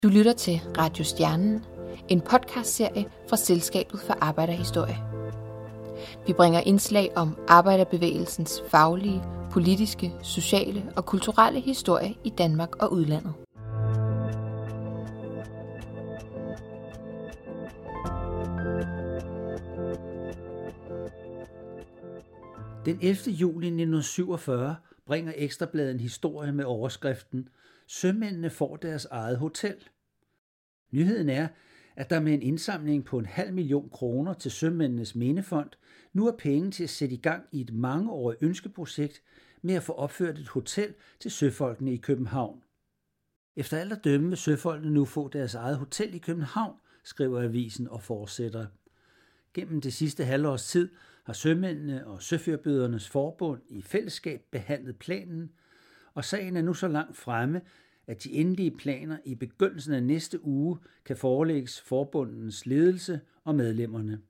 Du lytter til Radio Stjernen, en podcastserie fra Selskabet for Arbejderhistorie. Vi bringer indslag om arbejderbevægelsens faglige, politiske, sociale og kulturelle historie i Danmark og udlandet. Den 11. juli 1947 bringer Ekstra Bladet en historie med overskriften "Sømændene får deres eget hotel". Nyheden er, at der med en indsamling på 500.000 kroner til Sømændenes Mindefond nu er penge til at sætte i gang i et mangeårigt ønskeprojekt med at få opført et hotel til søfolkene i København. Efter alt at dømme vil søfolkene nu få deres eget hotel i København, skriver avisen og fortsætter. Gennem det sidste halvårs tid har Sømændene og Søfyrbødernes Forbund i fællesskab behandlet planen, og sagen er nu så langt fremme, at de endelige planer i begyndelsen af næste uge kan forelægges forbundens ledelse og medlemmerne.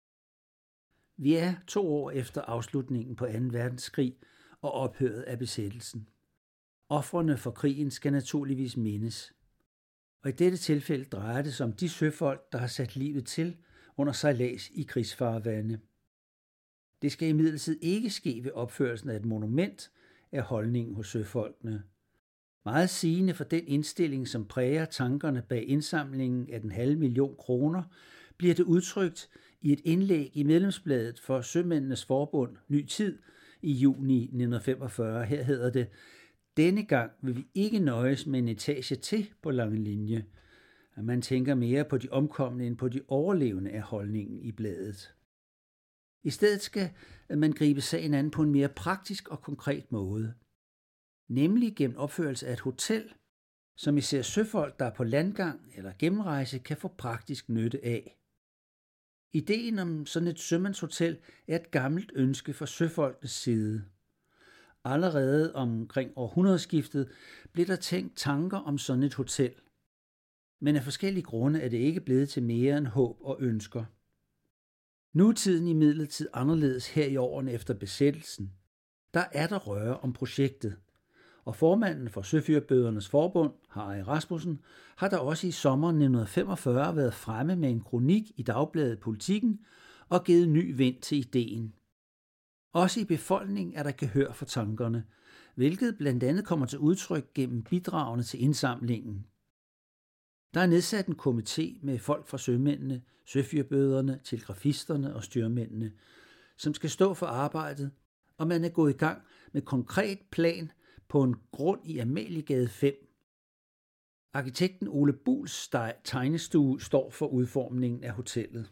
Vi er 2 år efter afslutningen på 2. verdenskrig og ophøret af besættelsen. Ofrene for krigen skal naturligvis mindes. Og i dette tilfælde drejer det sig om de søfolk, der har sat livet til under sejlads i krigsfarvande. Det skal imidlertid ikke ske ved opførelsen af et monument af holdningen hos søfolkene. Meget sigende for den indstilling, som præger tankerne bag indsamlingen af 500.000 kroner, bliver det udtrykt i et indlæg i medlemsbladet for Sømændenes Forbund Ny Tid i juni 1945. Her hedder det: "Denne gang vil vi ikke nøjes med en etage til på lange linje." Man tænker mere på de omkomne end på de overlevende af holdningen i bladet. I stedet skal man gribe sagen an på en mere praktisk og konkret måde. Nemlig gennem opførelse af et hotel, som især søfolk, der er på landgang eller gennemrejse, kan få praktisk nytte af. Ideen om sådan et sømandshotel er et gammelt ønske fra søfolkenes side. Allerede omkring århundredeskiftet blev der tænkt tanker om sådan et hotel. Men af forskellige grunde er det ikke blevet til mere end håb og ønsker. Nu er tiden imidlertid anderledes her i årene efter besættelsen. Der er der røre om projektet. Og formanden for Søfyrbødernes Forbund, Harry Rasmussen, har der også i sommeren 1945 været fremme med en kronik i dagbladet Politiken og givet ny vind til ideen. Også i befolkningen er der gehør for tankerne, hvilket blandt andet kommer til udtryk gennem bidragene til indsamlingen. Der er nedsat en komité med folk fra sømændene, søfyrbøderne, telegrafisterne og styrmændene, som skal stå for arbejdet, og man er gået i gang med konkret plan på en grund i Amaliegade 5. Arkitekten Ole Buhls tegnestue står for udformningen af hotellet.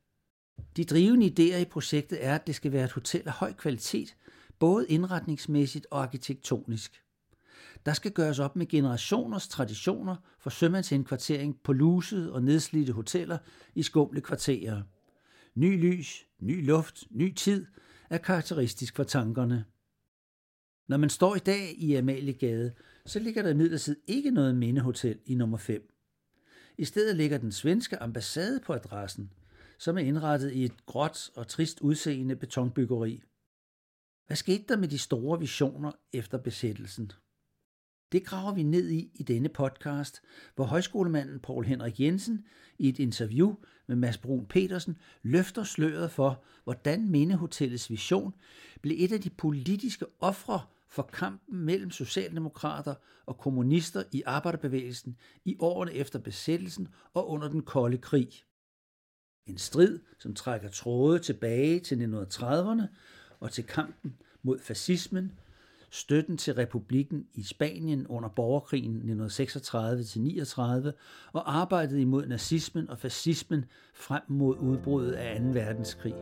De drivende idéer i projektet er, at det skal være et hotel af høj kvalitet, både indretningsmæssigt og arkitektonisk. Der skal gøres op med generationers traditioner for sømandsindkvartering på lusede og nedslidte hoteller i skumle kvarterer. Ny lys, ny luft, ny tid er karakteristisk for tankerne. Når man står i dag i Amaliegade, så ligger der imidlertid ikke noget mindehotel i nummer 5. I stedet ligger den svenske ambassade på adressen, som er indrettet i et gråt og trist udseende betonbyggeri. Hvad skete der med de store visioner efter besættelsen? Det graver vi ned i denne podcast, hvor højskolemanden Poul Henrik Jensen i et interview med Mads Bruun Petersen løfter sløret for, hvordan mindehotellets vision blev et af de politiske ofre for kampen mellem socialdemokrater og kommunister i arbejderbevægelsen i årene efter besættelsen og under den kolde krig. En strid, som trækker tråde tilbage til 1930'erne og til kampen mod fascismen, støtten til republikken i Spanien under borgerkrigen 1936-39 og arbejdet imod nazismen og fascismen frem mod udbruddet af 2. verdenskrig.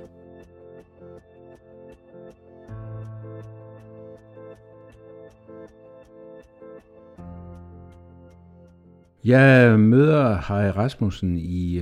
Jeg møder Harry Rasmussen i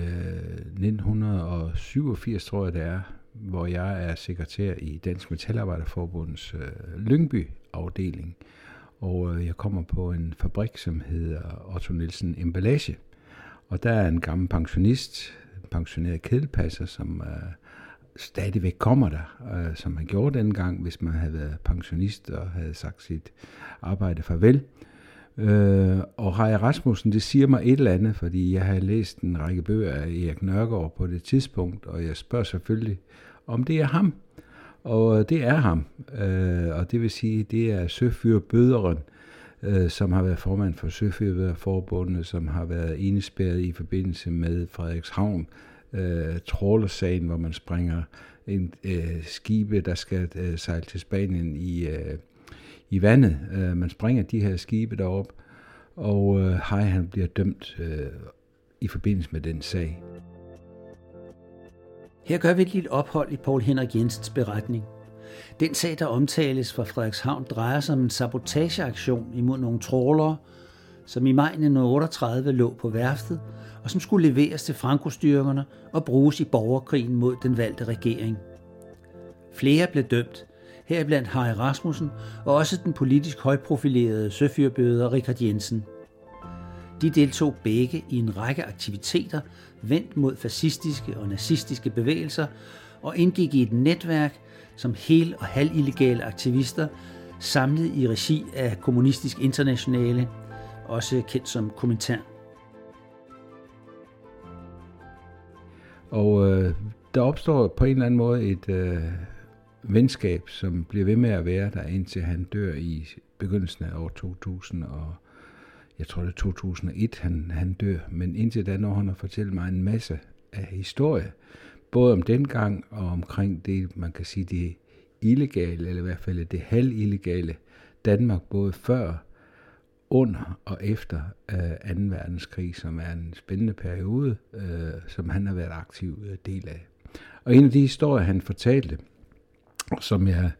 1987, tror jeg det er, hvor jeg er sekretær i Dansk Metalarbejderforbunds Lyngby-afdeling. Og jeg kommer på en fabrik, som hedder Otto Nielsen Emballage. Og der er en gammel pensionist, en pensioneret kedelpasser, som stadigvæk kommer der, som han gjorde dengang, hvis man havde været pensionist og havde sagt sit arbejde farvel. Og Harry Rasmussen, det siger mig et eller andet, fordi jeg har læst en række bøger af Erik Nørgaard på det tidspunkt, og jeg spørger selvfølgelig, om det er ham. Og det er ham, og det vil sige, det er søfyrbøderen, som har været formand for Søfyrbøderforbundet, som har været indespærret i forbindelse med Frederikshavn, trawlersagen, hvor man springer skibe, der skal sejle til Spanien i vandet. Man springer de her skibe derop, og han bliver dømt i forbindelse med den sag. Her gør vi et lille ophold i Poul Henrik Jensens beretning. Den sag, der omtales fra Frederikshavn, drejer sig om en sabotageaktion imod nogle trawlere, som i maj 1938 lå på værftet, og som skulle leveres til Franco-styrkerne og bruges i borgerkrigen mod den valgte regering. Flere blev dømt, heriblandt Harry Rasmussen og også den politisk højprofilerede søfyrbøder Richard Jensen. De deltog begge i en række aktiviteter vendt mod fascistiske og nazistiske bevægelser og indgik i et netværk som hel- og halvillegale aktivister samlet i regi af Kommunistisk Internationale, også kendt som Komintern. Og der opstår på en eller anden måde et venskab, som bliver ved med at være der, indtil han dør i begyndelsen af år 2000, og jeg tror det er 2001, han dør. Men indtil da når han har fortalt mig en masse af historie, både om dengang og omkring det, man kan sige, det illegale, eller i hvert fald det halvillegale Danmark, både før, under og efter 2. verdenskrig, som er en spændende periode, som han har været aktiv del af. Og en af de historier, han fortalte, som jeg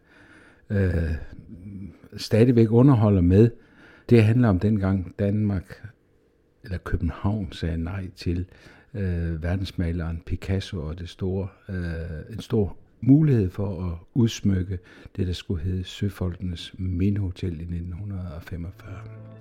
stadigvæk underholder med, det handler om dengang Danmark, eller København, sagde nej til verdensmaleren Picasso og en stor mulighed for at udsmykke det, der skulle hedde Søfolkenes Mindehotel i 1945.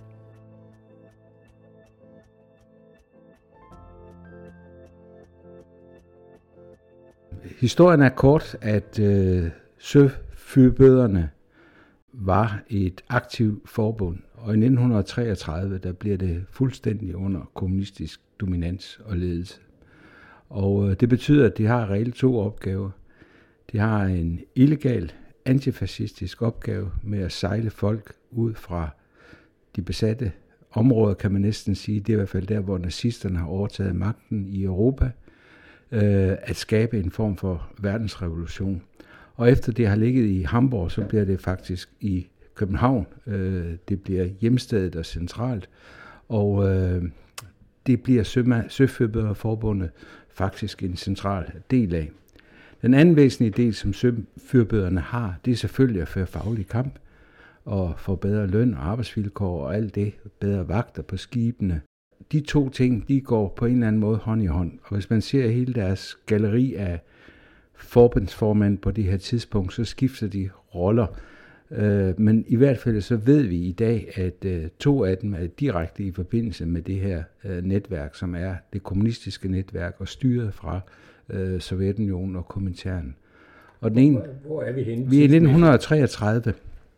Historien er kort, at søfyrbøderne var et aktivt forbund, og i 1933 der bliver det fuldstændig under kommunistisk dominans og ledelse. Og det betyder, at de har reelt 2 opgaver. De har en illegal antifascistisk opgave med at sejle folk ud fra de besatte områder, kan man næsten sige. Det er i hvert fald der, hvor nazisterne har overtaget magten i Europa, at skabe en form for verdensrevolution. Og efter det har ligget i Hamburg, så bliver det faktisk i København. Det bliver hjemstedet og centralt, og det bliver Søfyrbøderforbundet faktisk en central del af. Den anden væsentlige del, som søfyrbøderne har, det er selvfølgelig at føre faglig kamp og få bedre løn og arbejdsvilkår og alt det, bedre vagter på skibene. De 2 ting, de går på en eller anden måde hånd i hånd. Og hvis man ser hele deres galleri af forbundsformænd på det her tidspunkt, så skifter de roller. Men i hvert fald så ved vi i dag, at 2 af dem er direkte i forbindelse med det her netværk, som er det kommunistiske netværk og styret fra Sovjetunionen og Komintern. Og den ene, hvor er vi henne? Vi er i 1933.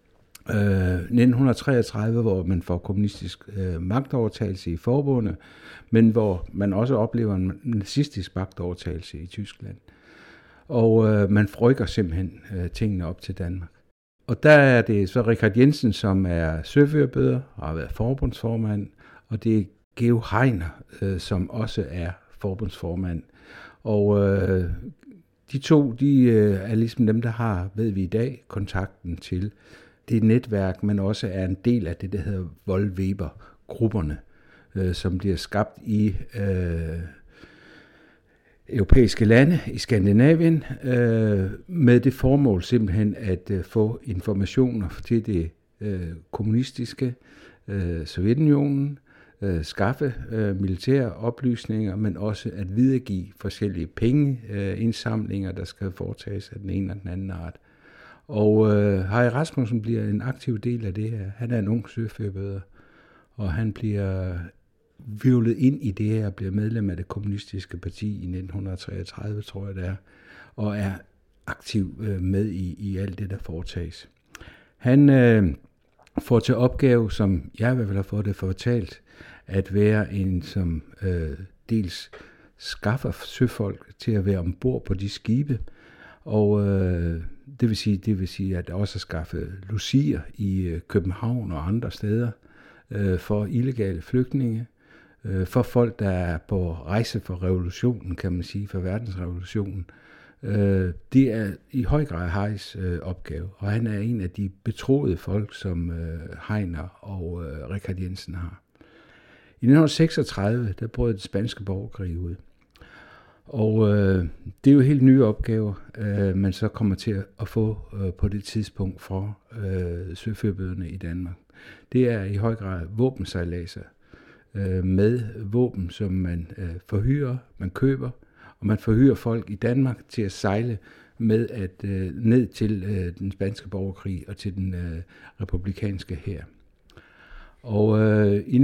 1933, hvor man får kommunistisk magtovertagelse i forbundet, men hvor man også oplever en nazistisk magtovertagelse i Tyskland. Og man rykker simpelthen tingene op til Danmark. Og der er det så Richard Jensen, som er søfyrbøder og har været forbundsformand, og det er Georg Heiner, som også er forbundsformand. Og de 2, de er ligesom dem, der har, ved vi i dag, kontakten til det netværk, men også er en del af det, der hedder Wollweber-grupperne, som bliver skabt i europæiske lande i Skandinavien, med det formål simpelthen at få informationer til det kommunistiske Sovjetunionen, skaffe militære oplysninger, men også at videregive forskellige pengeindsamlinger, der skal foretages af den ene og den anden art. Og Harry Rasmussen bliver en aktiv del af det her. Han er en ung søfyrbøder, og han bliver hvirvlet ind i det her, bliver medlem af det kommunistiske parti i 1933, tror jeg det er, og er aktiv med i alt det, der foretages. Han får til opgave, som jeg i hvert fald har fået det fortalt, at være en, som dels skaffer søfolk til at være ombord på de skibe, og det vil sige, at også skaffe logier i København og andre steder for illegale flygtninge, for folk, der er på rejse for revolutionen, kan man sige, for verdensrevolutionen. Det er i høj grad Harrys opgave, og han er en af de betroede folk, som Heiner og Richard Jensen har. I 1936, der brød den spanske borgerkrig ud. Og det er jo helt nye opgaver, man så kommer til at få på det tidspunkt fra søførbøderne i Danmark. Det er i høj grad våbensejladser med våben, som man forhyrer, man køber, og man forhyrer folk i Danmark til at sejle med at ned til den spanske borgerkrig og til den republikanske hær. Og i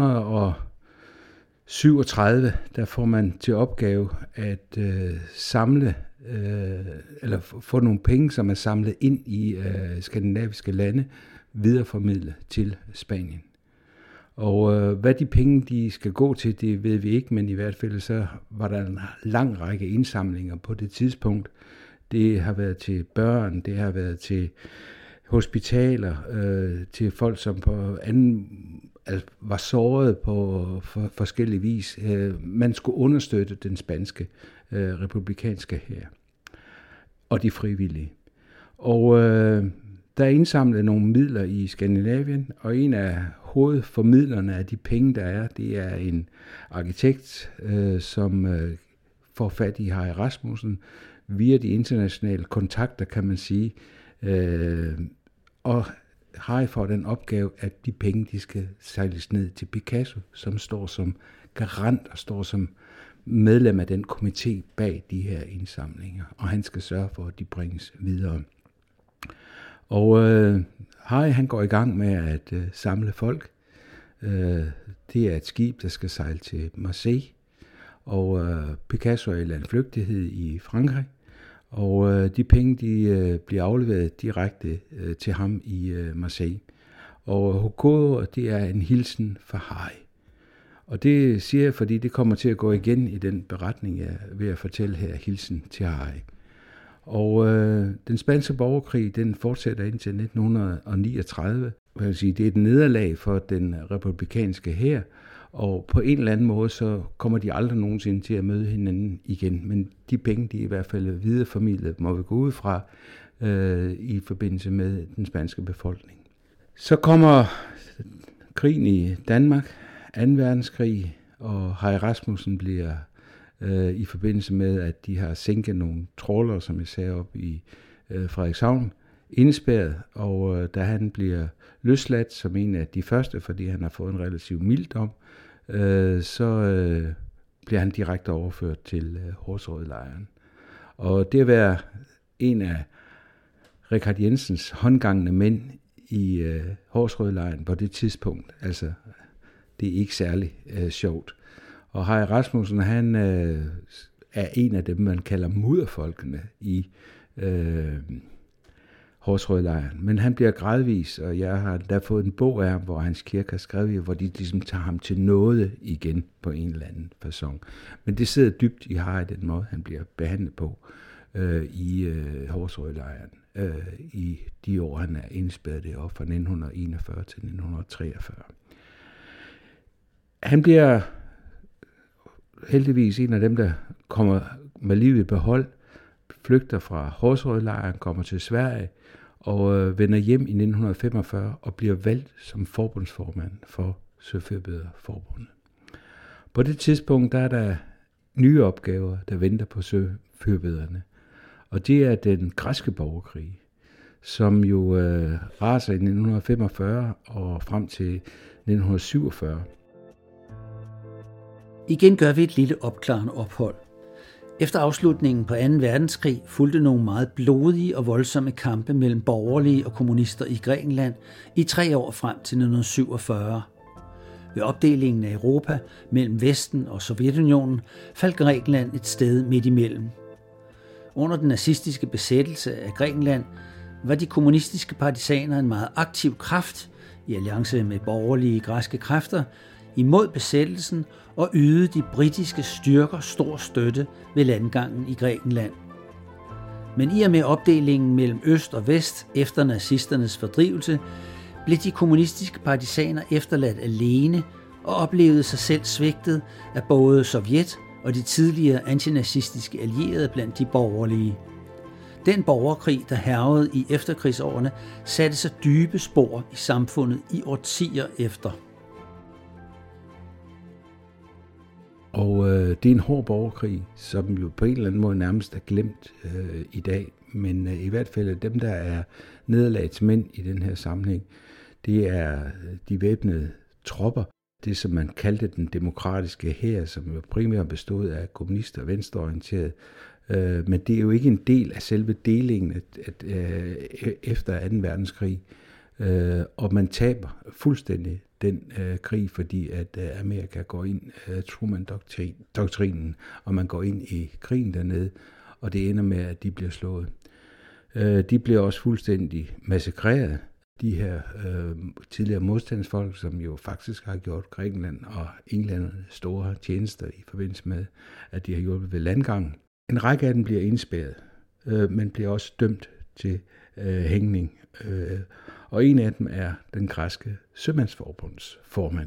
1937, der får man til opgave at samle, eller få nogle penge, som er samlet ind i skandinaviske lande, videreformidlet til Spanien. Og hvad de penge de skal gå til, det ved vi ikke, men i hvert fald så var der en lang række indsamlinger på det tidspunkt. Det har været til børn, det har været til hospitaler, til folk, som på anden var såret på forskellig vis. Man skulle understøtte den spanske republikanske hær og de frivillige. Og der er indsamlet nogle midler i Skandinavien, og en af hovedformidlerne af de penge, der er, det er en arkitekt, som får fat i Harry Rasmussen via de internationale kontakter, kan man sige, og Harry får den opgave, at de penge, de skal sejles ned til Picasso, som står som garant og står som medlem af den komité bag de her indsamlinger, og han skal sørge for, at de bringes videre. Og Harry, han går i gang med at samle folk. Det er et skib, der skal sejle til Marseille, og Picasso er i landflygtighed i Frankrig, og de penge, de bliver afleveret direkte til ham i Marseille. Og Hugo, det er en hilsen fra Harry. Og det siger jeg, fordi det kommer til at gå igen i den beretning, jeg er ved at fortælle her, hilsen til Harry. Og den spanske borgerkrig, den fortsætter indtil 1939. Jeg vil sige, det er et nederlag for den republikanske hær, og på en eller anden måde, så kommer de aldrig nogensinde til at møde hinanden igen. Men de penge, de i hvert fald videreformidlet, må vi gå ud fra i forbindelse med den spanske befolkning. Så kommer krigen i Danmark, 2. verdenskrig, og Harry Rasmussen bliver i forbindelse med, at de har sænket nogle trawlere, som jeg sagde, op i Frederikshavn, indespærret, og da han bliver løsladt som en af de første, fordi han har fået en relativt mild dom, så bliver han direkte overført til Horserød-lejren. Og det at være en af Richard Jensens håndgangne mænd i Horserød-lejren på det tidspunkt, altså det er ikke særlig sjovt. Og Harry Rasmussen, han er en af dem, man kalder mudderfolkene i Horserød-lejren. Men han bliver gradvis, og jeg har da fået en bog af ham, hvor hans kirke har skrevet, hvor de ligesom tager ham til nåde igen på en eller anden facon. Men det sidder dybt i Harry, den måde, han bliver behandlet på i Horserød-lejren i de år, han er indspærret deroppe fra 1941 til 1943. Han bliver heldigvis en af dem, der kommer med livet i behold, flygter fra Horserød-lejren, kommer til Sverige og vender hjem i 1945 og bliver valgt som forbundsformand for Søførbøderforbundet. På det tidspunkt der er der nye opgaver, der venter på søførbøderne, og det er den græske borgerkrig, som jo raser i 1945 og frem til 1947. Igen gør vi et lille opklarende ophold. Efter afslutningen på 2. verdenskrig fulgte nogle meget blodige og voldsomme kampe mellem borgerlige og kommunister i Grækenland i 3 år frem til 1947. Ved opdelingen af Europa mellem Vesten og Sovjetunionen faldt Grækenland et sted midt imellem. Under den nazistiske besættelse af Grækenland var de kommunistiske partisaner en meget aktiv kraft, i alliance med borgerlige græske kræfter imod besættelsen og ydede de britiske styrker stor støtte ved landgangen i Grækenland. Men i og med opdelingen mellem øst og vest efter nazisternes fordrivelse, blev de kommunistiske partisaner efterladt alene og oplevede sig selv svigtet af både Sovjet og de tidligere antinazistiske allierede blandt de borgerlige. Den borgerkrig, der hærgede i efterkrigsårene, satte sig dybe spor i samfundet i årtier efter. Og det er en hård borgerkrig, som jo på en eller anden måde nærmest er glemt i dag. Men i hvert fald dem, der er nederlagets mænd i den her sammenhæng, det er de væbnede tropper. Det, som man kaldte den demokratiske hær, som jo primært bestod af kommunister og venstreorienterede. Men det er jo ikke en del af selve delingen efter 2. verdenskrig. Og man taber fuldstændig den krig, fordi at Amerika går ind, Truman-doktrinen, og man går ind i krigen dernede, og det ender med, at de bliver slået. De bliver også fuldstændig massakreret, de her tidligere modstandsfolk, som jo faktisk har gjort Grækenland og England store tjenester i forbindelse med, at de har hjulpet ved landgangen. En række af dem bliver indspærret, men bliver også dømt til hængning. Og en af dem er den græske sømandsforbunds formand.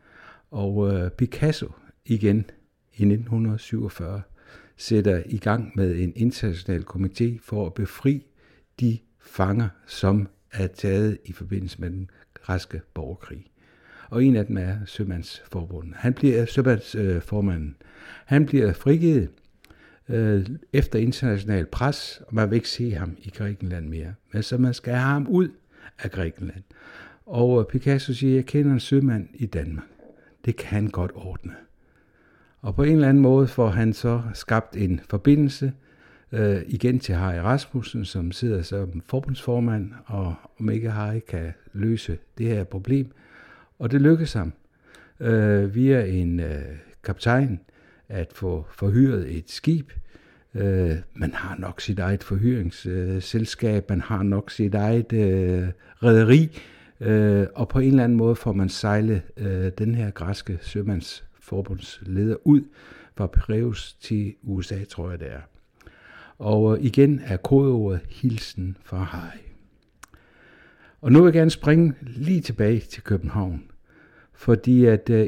Og Picasso igen i 1947 sætter i gang med en international komité for at befri de fanger, som er taget i forbindelse med den græske borgerkrig. Og en af dem er sømandsforbundet. Sømandsformanden. Han bliver frigivet efter international pres, og man vil ikke se ham i Grækenland mere. Men så man skal have ham ud af Grækenland. Og Picasso siger, jeg kender en sømand i Danmark. Det kan han godt ordne. Og på en eller anden måde får han så skabt en forbindelse igen til Harry Rasmussen, som sidder som forbundsformand, og om ikke Harry kan løse det her problem. Og det lykkes ham via en kaptajn at få forhyret et skib. Man har nok sit eget forhyringsselskab, man har nok sit eget rederi, og på en eller anden måde får man sejlet den her græske sømandsforbundsleder ud fra Piraeus til USA, tror jeg det er. Og igen er kodeordet hilsen fra Harry. Og nu vil jeg gerne springe lige tilbage til København, fordi at i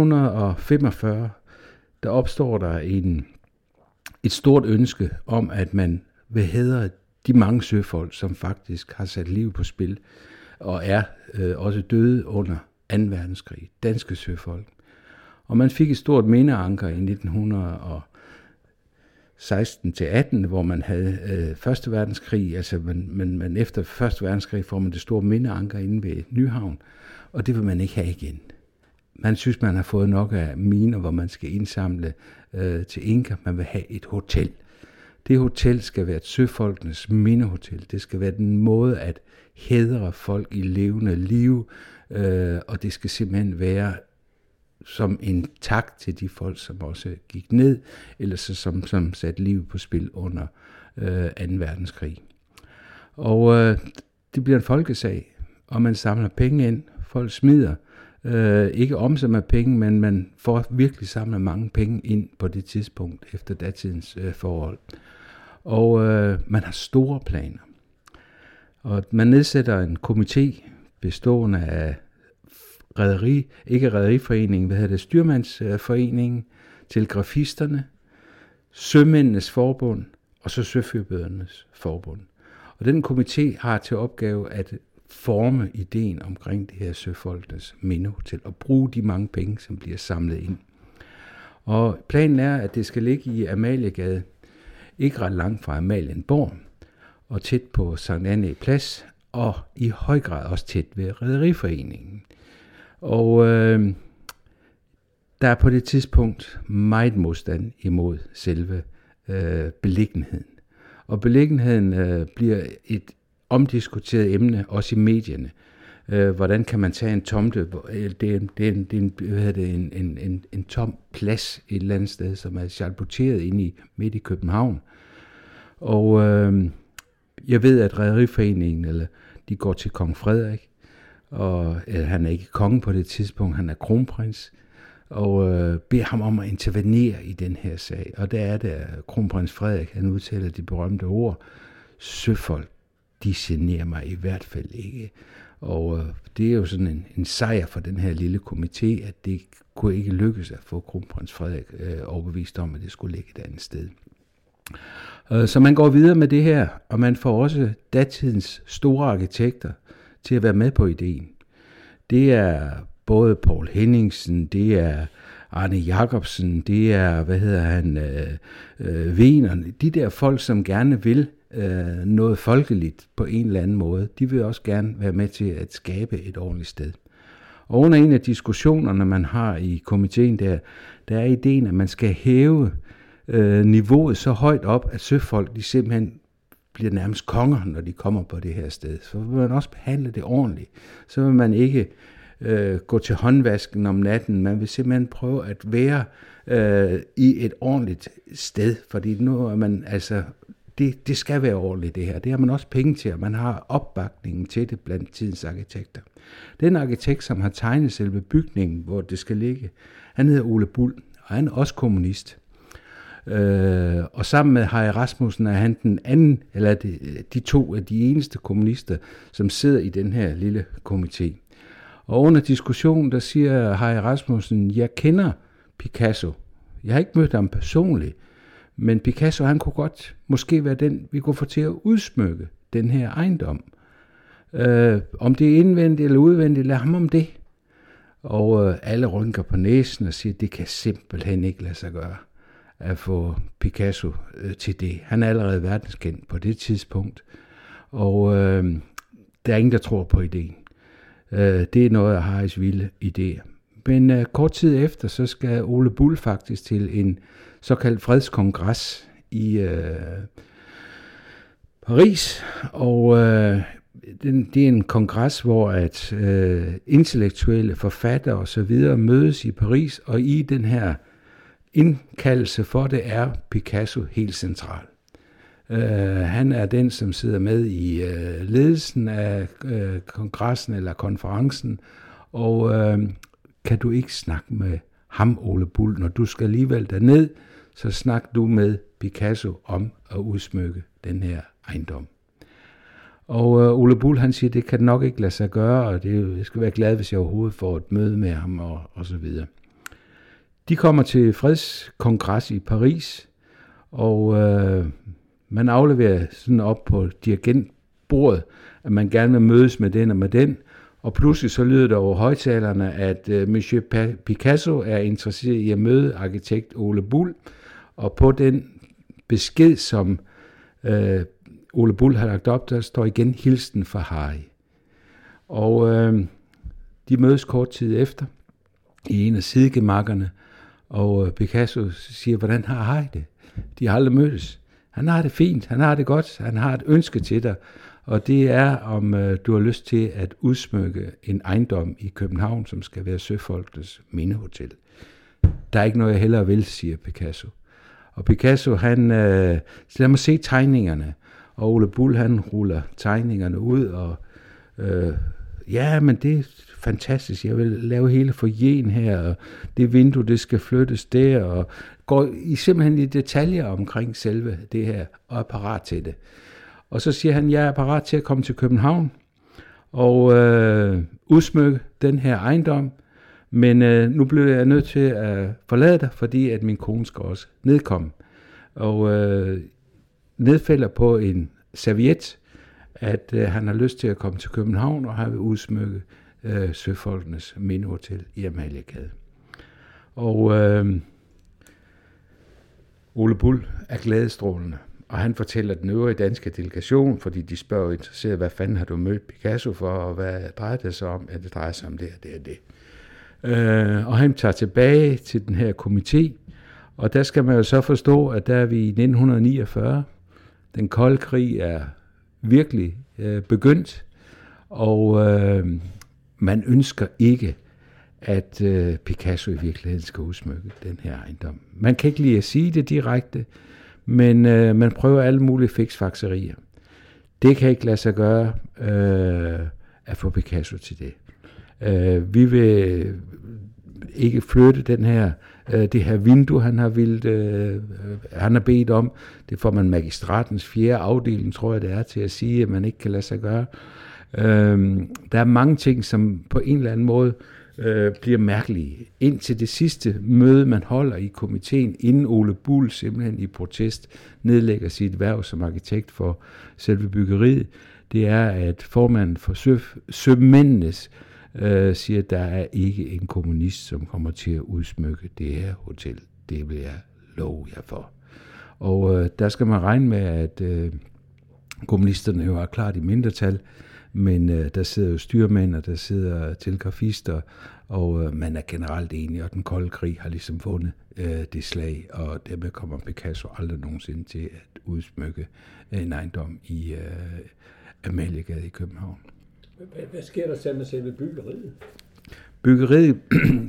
1945, der opstår der et stort ønske om, at man vil hædre de mange søfolk, som faktisk har sat liv på spil, og er også døde under 2. verdenskrig, danske søfolk. Og man fik et stort mindeanker i 1916-18, hvor man havde 1. verdenskrig, altså man efter 1. verdenskrig får man det store mindeanker inde ved Nyhavn, og det vil man ikke have igen. Man synes, man har fået nok af miner, hvor man skal indsamle til Inka. Man vil have et hotel. Det hotel skal være et søfolkenes mindehotel. Det skal være den måde at hædre folk i levende liv, og det skal simpelthen være som en tak til de folk, som også gik ned, eller så som satte liv på spil under 2. verdenskrig. Og det bliver en folkesag, og man samler penge ind. Folk smider. Ikke om sig med penge, men man får virkelig samlet mange penge ind på det tidspunkt efter datidens forhold. Og man har store planer. Og man nedsætter en komité bestående af Styrmandsforeningen, telegrafisterne, Sømændenes Forbund og så Søfyrbødernes Forbund. Og den komité har til opgave at forme ideen omkring det her søfolkenes mindehotel og bruge de mange penge, som bliver samlet ind. Og planen er, at det skal ligge i Amaliegade, ikke ret langt fra Amalienborg, og tæt på Sankt Annæ Plads, og i høj grad også tæt ved Rederiforeningen. Og der er på det tidspunkt meget modstand imod selve beliggenheden. Og beliggenheden bliver et omdiskuteret emne, også i medierne. Hvordan kan man tage en tomte, det er en tom plads et eller andet sted, som er charpoteret midt i København. Og jeg ved, at Rederiforeningen, de går til Kong Frederik, og han er ikke konge på det tidspunkt, han er kronprins, og beder ham om at intervenere i den her sag. Og der er det, kronprins Frederik, han udtaler de berømte ord: søfolk, de generer mig i hvert fald ikke. Og det er jo sådan en sejr for den her lille komité, at det kunne ikke lykkes at få kronprins Frederik overbevist om, at det skulle ligge et andet sted. Så man går videre med det her, og man får også datidens store arkitekter til at være med på ideen. Det er både Poul Henningsen, det er Arne Jacobsen, det er, Wegener, de der folk, som gerne vil noget folkeligt på en eller anden måde, de vil også gerne være med til at skabe et ordentligt sted. Og under en af diskussionerne, man har i komiteen der er ideen, at man skal hæve niveauet så højt op, at søfolk de simpelthen bliver nærmest konger, når de kommer på det her sted. Så vil man også behandle det ordentligt. Så vil man ikke gå til håndvasken om natten. Man vil simpelthen prøve at være i et ordentligt sted, fordi nu er man altså... Det skal være ordentligt, det her. Det har man også penge til, og man har opbakningen til det blandt tidens arkitekter. Den arkitekt, som har tegnet selve bygningen, hvor det skal ligge, han hedder Ole Bull, og han er også kommunist. Og sammen med Harry Rasmussen er han den anden, eller de to af de eneste kommunister, som sidder i den her lille komité. Og under diskussionen, der siger Harry Rasmussen: jeg kender Picasso. Jeg har ikke mødt ham personligt, men Picasso, han kunne godt måske være den, vi kunne få til at udsmykke den her ejendom. Om det er indvendigt eller udvendigt, lad ham om det. Og alle rynker på næsen og siger, at det kan simpelthen ikke lade sig gøre at få Picasso til det. Han er allerede verdenskendt på det tidspunkt, og der er ingen, der tror på ideen. Det er noget af Harrys vilde idéer. Men kort tid efter, så skal Ole Bull faktisk til en såkaldt fredskongres i Paris, og det er en kongres, hvor at intellektuelle forfattere og så videre mødes i Paris, og i den her indkaldelse for det er Picasso helt central. Han er den, som sidder med i ledelsen af kongressen eller konferencen, og kan du ikke snakke med ham, Ole Bull, når du skal alligevel derned, så snak du med Picasso om at udsmykke den her ejendom. Og Ole Bull, han siger, det kan nok ikke lade sig gøre, og jeg skal være glad, hvis jeg overhovedet får et møde med ham, og så videre. De kommer til fredskongres i Paris, og man afleverer sådan op på dirigentbordet, at man gerne vil mødes med den og med den, og pludselig så lyder det over højtalerne, at Monsieur Picasso er interesseret i at møde arkitekt Ole Bull, og på den besked, som Ole Bull har lagt op, der står igen hilsen fra Harry. Og de mødes kort tid efter i en af sidegemakkerne, og Picasso siger, hvordan har Harry det? De har aldrig mødtes. Han har det fint, han har det godt, han har et ønske til dig, og det er, om du har lyst til at udsmykke en ejendom i København, som skal være søfolkenes mindehotel. Der er ikke noget, jeg hellere vil, siger Picasso. Og Picasso, han lad mig se tegningerne, og Ole Bull, han ruller tegningerne ud, og ja, men det er fantastisk, jeg vil lave hele foyeren her, og det vindue, det skal flyttes der, og går simpelthen i detaljer omkring selve det her, og er parat til det. Og så siger han, jeg er parat til at komme til København, og udsmykke den her ejendom, men nu bliver jeg nødt til at forlade dig, fordi at min kone skal også nedkomme. Og nedfælder på en serviet, at han har lyst til at komme til København, og han vil udsmykke søfolkenes mindehotel i Amaliegade. Og Ole Bull er glædestrålende, og han fortæller den øvrige danske delegation, fordi de spørger interesseret, hvad fanden har du mødt Picasso for, og hvad drejer det sig om? Ja, det drejer sig om det og det og det. Og han tager tilbage til den her komité, og der skal man jo så forstå, at der er vi i 1949. Den kolde krig er virkelig begyndt, og man ønsker ikke, at Picasso i virkeligheden skal udsmykke den her ejendom. Man kan ikke lide at sige det direkte, men man prøver alle mulige fiksfakserier. Det kan ikke lade sig gøre. at få Picasso til det. Vi vil ikke flytte det her vindue, han har bedt om. Det får man magistratens 4. afdeling, tror jeg det er, til at sige, at man ikke kan lade sig gøre. Der er mange ting, som på en eller anden måde bliver mærkelige. Indtil det sidste møde, man holder i komiteen, inden Ole Buhl simpelthen i protest nedlægger sit hverv som arkitekt for selve byggeriet, det er, at formanden for sømændenes siger, at der er ikke en kommunist, som kommer til at udsmykke det her hotel. Det vil jeg love jer for. Og der skal man regne med, at kommunisterne jo er klart i mindretal, men der sidder jo styrmænd, og der sidder telegrafister, og man er generelt enig, og den kolde krig har ligesom vundet det slag, og dermed kommer Picasso aldrig nogensinde til at udsmykke en ejendom i Amaliegade i København. Hvad sker der så med selve byggeriet? Byggeriet,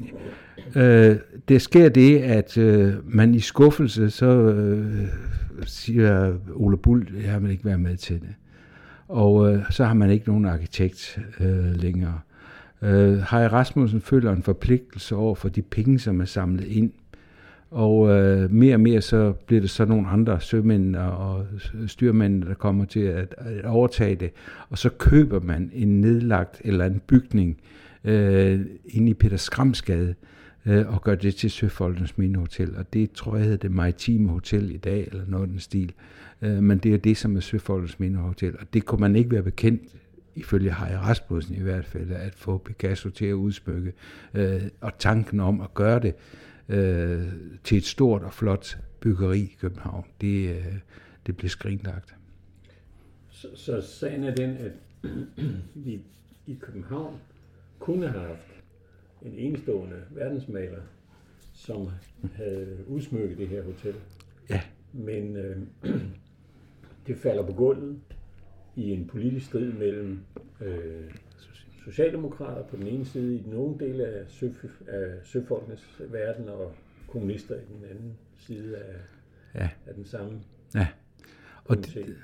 det sker det, at man i skuffelse, så siger Ole Buhl, jeg vil ikke være med til det. Og så har man ikke nogen arkitekt længere. Harry Rasmussen føler en forpligtelse over for de penge, som er samlet ind. Og mere og mere så bliver det så nogle andre sømænd og styrmænd, der kommer til at overtage det. Og så køber man en nedlagt eller en bygning inde i Peter Skramsgade og gør det til Søfolkenes Mindehotel. Og det tror jeg hedder det Maritime Hotel i dag, eller noget af den stil. Men det er det, som er Søfolkenes Mindehotel. Og det kunne man ikke være bekendt, ifølge Harry Rasmussen i hvert fald, at få Picasso til at udsmykke. Og tanken om at gøre det til et stort og flot byggeri i København, det blev skrinlagt. Så sagen er den, at vi i København kunne have haft en enestående verdensmaler, som havde udsmykket det her hotel. Ja. Men det falder på gulvet i en politisk strid mellem socialdemokrater på den ene side i nogle dele af søfolkenes verden, og kommunister i den anden side af den samme. Ja. Og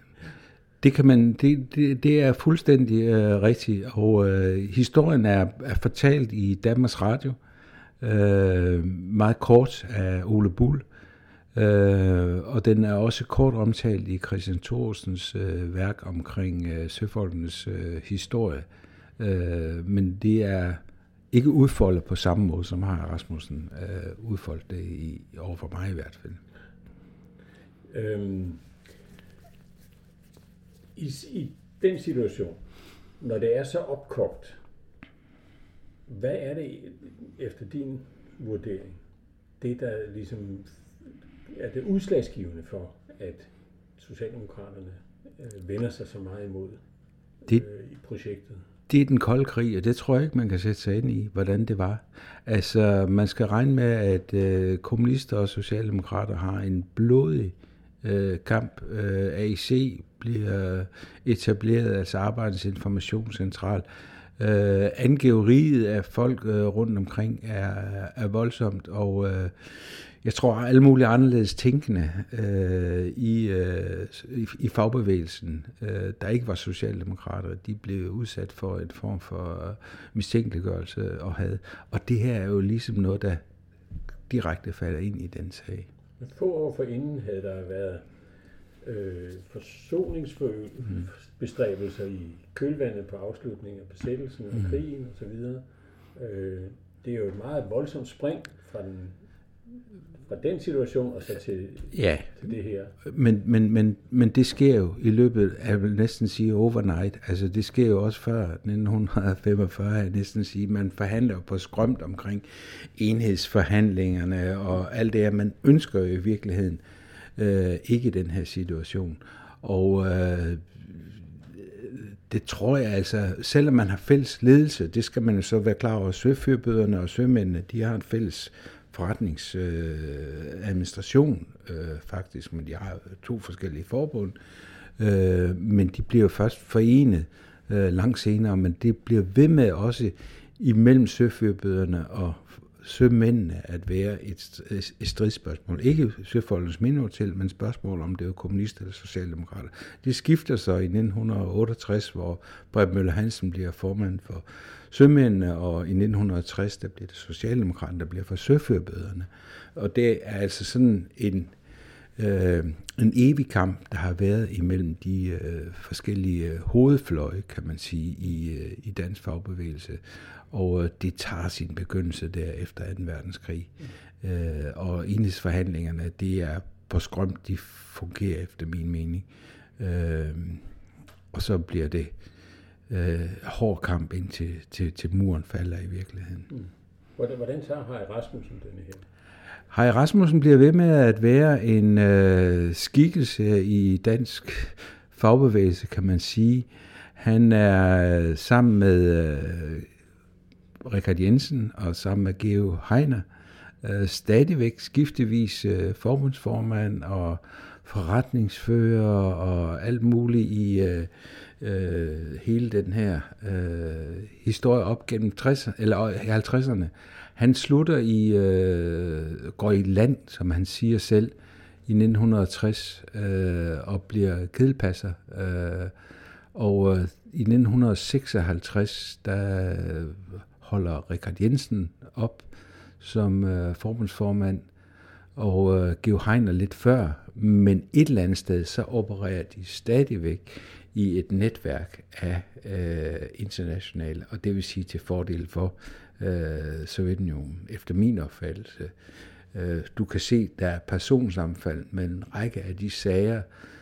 det er fuldstændig rigtigt, og historien er fortalt i Danmarks Radio, meget kort af Ole Buhl, og den er også kort omtalt i Christian Thorsens værk omkring søfolkenes historie, men det er ikke udfoldet på samme måde, som har Rasmussen udfoldet det over for mig i hvert fald. I den situation, når det er så opkogt, hvad er det efter din vurdering, det der ligesom er det udslagsgivende for, at Socialdemokraterne vender sig så meget imod i projektet? Det er den kolde krig, og det tror jeg ikke, man kan sætte sig ind i, hvordan det var. Altså, man skal regne med, at kommunister og socialdemokrater har en blodig kamp. AIC bliver etableret, altså Arbejdernes Informationscentral. Angiveriet af folk rundt omkring er voldsomt, og jeg tror, alle mulige anderledes tænkende i fagbevægelsen, der ikke var socialdemokrater, de blev udsat for en form for mistænkeliggørelse og had. Og det her er jo ligesom noget, der direkte falder ind i den sag. Få år forinden havde der været forsoningsbestræbelser i kølvandet på afslutningen af besættelsen og krigen osv. Det er jo et meget voldsomt spring fra den situation og så til det her. Men det sker jo i løbet af, jeg vil næsten sige overnight. Altså det sker jo også før 1945, jeg næsten sige. Man forhandler på skrømt omkring enhedsforhandlingerne og alt det her. Man ønsker jo i virkeligheden ikke den her situation. Og det tror jeg altså, selvom man har fælles ledelse, det skal man jo så være klar over. Søfyrbøderne og sømændene, de har en fælles forretningsadministration faktisk, men de har 2 forskellige forbund, men de bliver jo først forenet langt senere, men det bliver ved med også imellem søfyrbøderne og sømændene at være et stridsspørgsmål. Ikke Søfolkenes Mindehotel, men spørgsmål om det er kommunister eller socialdemokrater. Det skifter så i 1968, hvor Preben Møller Hansen bliver formand for sømændene, og i 1960, der bliver det socialdemokraterne, der bliver for søførbøderne. Og det er altså sådan en evig kamp, der har været imellem de forskellige hovedfløje, kan man sige, i dansk fagbevægelse. Og det tager sin begyndelse der efter 2. verdenskrig. Og enhedsforhandlingerne, det er på skrøm, de fungerer efter min mening. Og så bliver det hård kamp indtil muren falder i virkeligheden. Hvordan tager Harry Rasmussen denne her? Harry Rasmussen bliver ved med at være en skikkelse i dansk fagbevægelse, kan man sige. Han er sammen med Richard Jensen og sammen med Georg Heiner stadigvæk skiftevis forbundsformand og forretningsfører og alt muligt i hele den her historie op gennem 50'erne. Han slutter går i land, som han siger selv, i 1960 og bliver kedelpasser. Og i 1956, der holder Richard Jensen op som forbundsformand, og Georg Heiner lidt før, men et eller andet sted, så opererer de stadigvæk i et netværk af internationale, og det vil sige til fordel for Sovjetunionen, efter min opfattelse. Du kan se, der er personsammenfald med en række af de sager,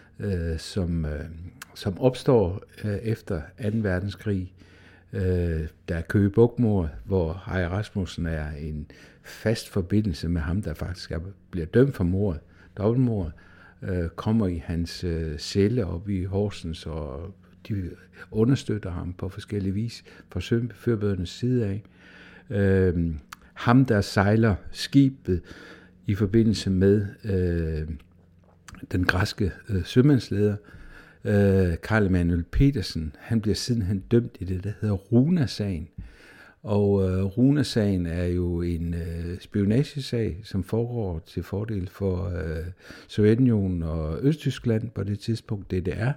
som opstår efter 2. verdenskrig. Der er Køge Buch-mord, hvor Harry Rasmussen er en fast forbindelse med ham, der faktisk bliver dømt for mord, dobbeltmord, kommer i hans celle oppe i Horsens, og de understøtter ham på forskellige vis fra søførbødernes side af. Ham, der sejler skibet i forbindelse med den græske sømandsleder, Karl Emanuel Petersen, han bliver sidenhen dømt i det, der hedder Runa-sagen. Og Runa-sagen er jo en spionagesag, som foregår til fordel for Sovjetunionen og Østtyskland på det tidspunkt, DDR.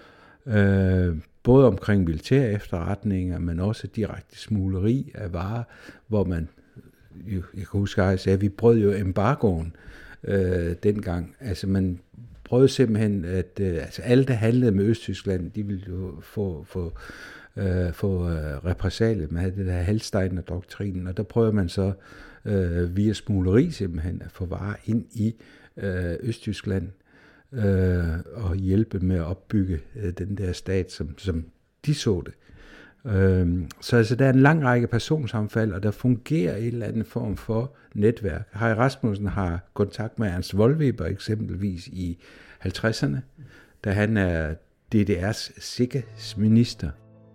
Både omkring militære efterretninger, men også direkte smugleri af varer, hvor man, jeg kan huske, at jeg sagde, at vi brød jo embargoen dengang. Altså man prøvede simpelthen, at alle, der handlede med Østtyskland, de ville jo få repressalier. Man havde det der Hallsteiner-doktrinen, og der prøver man så via smugleri simpelthen at få varer ind i Østtyskland og hjælpe med at opbygge den der stat, som de så det. Så altså, der er en lang række personsammenfald, og der fungerer en eller anden form for netværk. Harry Rasmussen har kontakt med Ernst Wollweber eksempelvis i 50'erne, da han er DDR's sikkerhedsminister.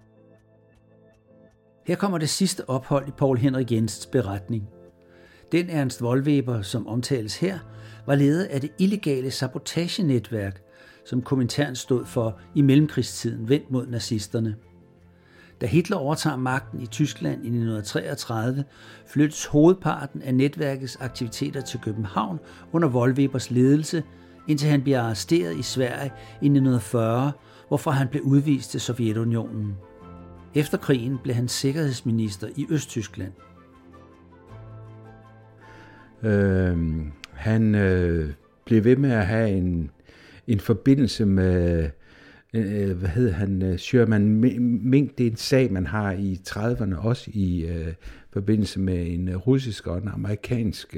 Her kommer det sidste ophold i Poul Henrik Jensens beretning. Den Ernst Wollweber, som omtales her, var leder af det illegale sabotagenetværk, som Komintern stod for i mellemkrigstiden vendt mod nazisterne. Da Hitler overtager magten i Tyskland i 1933, flyttes hovedparten af netværkets aktiviteter til København under Wollwebers ledelse, indtil han bliver arresteret i Sverige i 1940, hvorfor han blev udvist til Sovjetunionen. Efter krigen blev han sikkerhedsminister i Østtyskland. Han blev ved med at have en forbindelse med Sherman Mink. Det er en sag, man har i 30'erne, også i forbindelse med en russisk og en amerikansk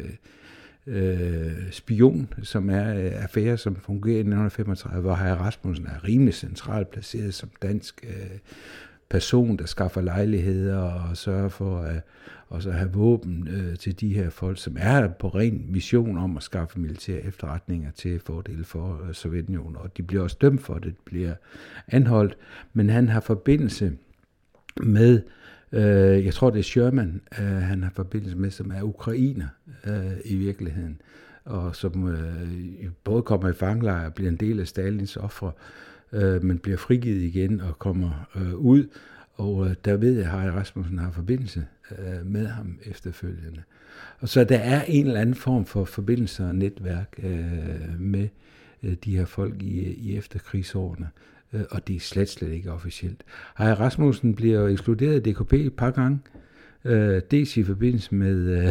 spion, som er affære, som fungerer i 1935, hvor Harry Rasmussen er rimelig centralt placeret som dansk person, der skaffer lejligheder og sørger for at også have våben til de her folk, som er på ren mission om at skaffe militære efterretninger til fordel for Sovjetunionen, og de bliver også dømt for det, bliver anholdt, men han har forbindelse med, jeg tror det er Sherman, han har forbindelse med, som er ukrainer i virkeligheden, og som både kommer i fangelejr og bliver en del af Stalins ofre, men bliver frigivet igen og kommer ud, Og der ved jeg, at Harry Rasmussen har forbindelse med ham efterfølgende. Og så der er en eller anden form for forbindelse og netværk med de her folk i efterkrigsårene. Og det er slet ikke officielt. Harry Rasmussen bliver jo ekskluderet af DKP et par gange. Dels i forbindelse med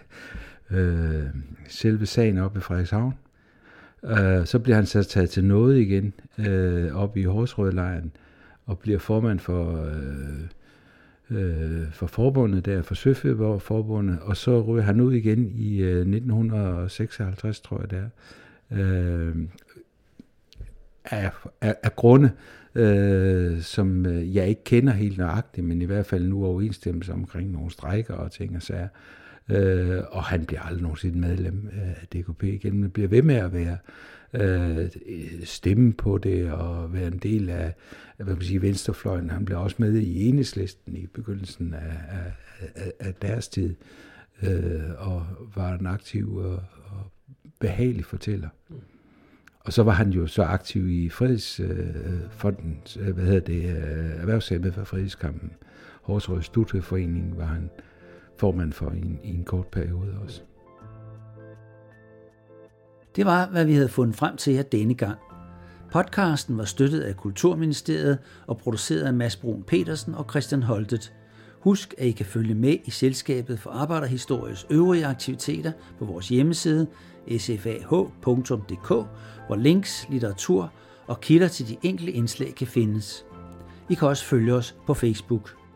selve sagen oppe i Frederikshavn. Så bliver han så taget til nåde igen oppe i Horserød-lejren og bliver formand for forbundet der, for Søfødevareforbundet, og så ryger han ud igen i 1956, tror jeg det er, af grunde, som jeg ikke kender helt nøjagtigt, men i hvert fald nu overensstemmelse omkring nogle strejker og ting og sager. Og han bliver aldrig nogensinde medlem af DKP igen, men bliver ved med at være stemme på det og være en del af venstrefløjen. Han bliver også med i Enhedslisten i begyndelsen af deres tid, og var en aktiv og behagelig fortæller. Og så var han jo så aktiv i Fredsfonden, Erhvervshjemmet for Frihedskampen. Horserød Studieforening var han formand for i en kort periode også. Det var, hvad vi havde fundet frem til her denne gang. Podcasten var støttet af Kulturministeriet og produceret af Mads Brun Petersen og Christian Holtet. Husk, at I kan følge med i Selskabet for Arbejderhistories øvrige aktiviteter på vores hjemmeside sfah.dk, hvor links, litteratur og kilder til de enkelte indslag kan findes. I kan også følge os på Facebook.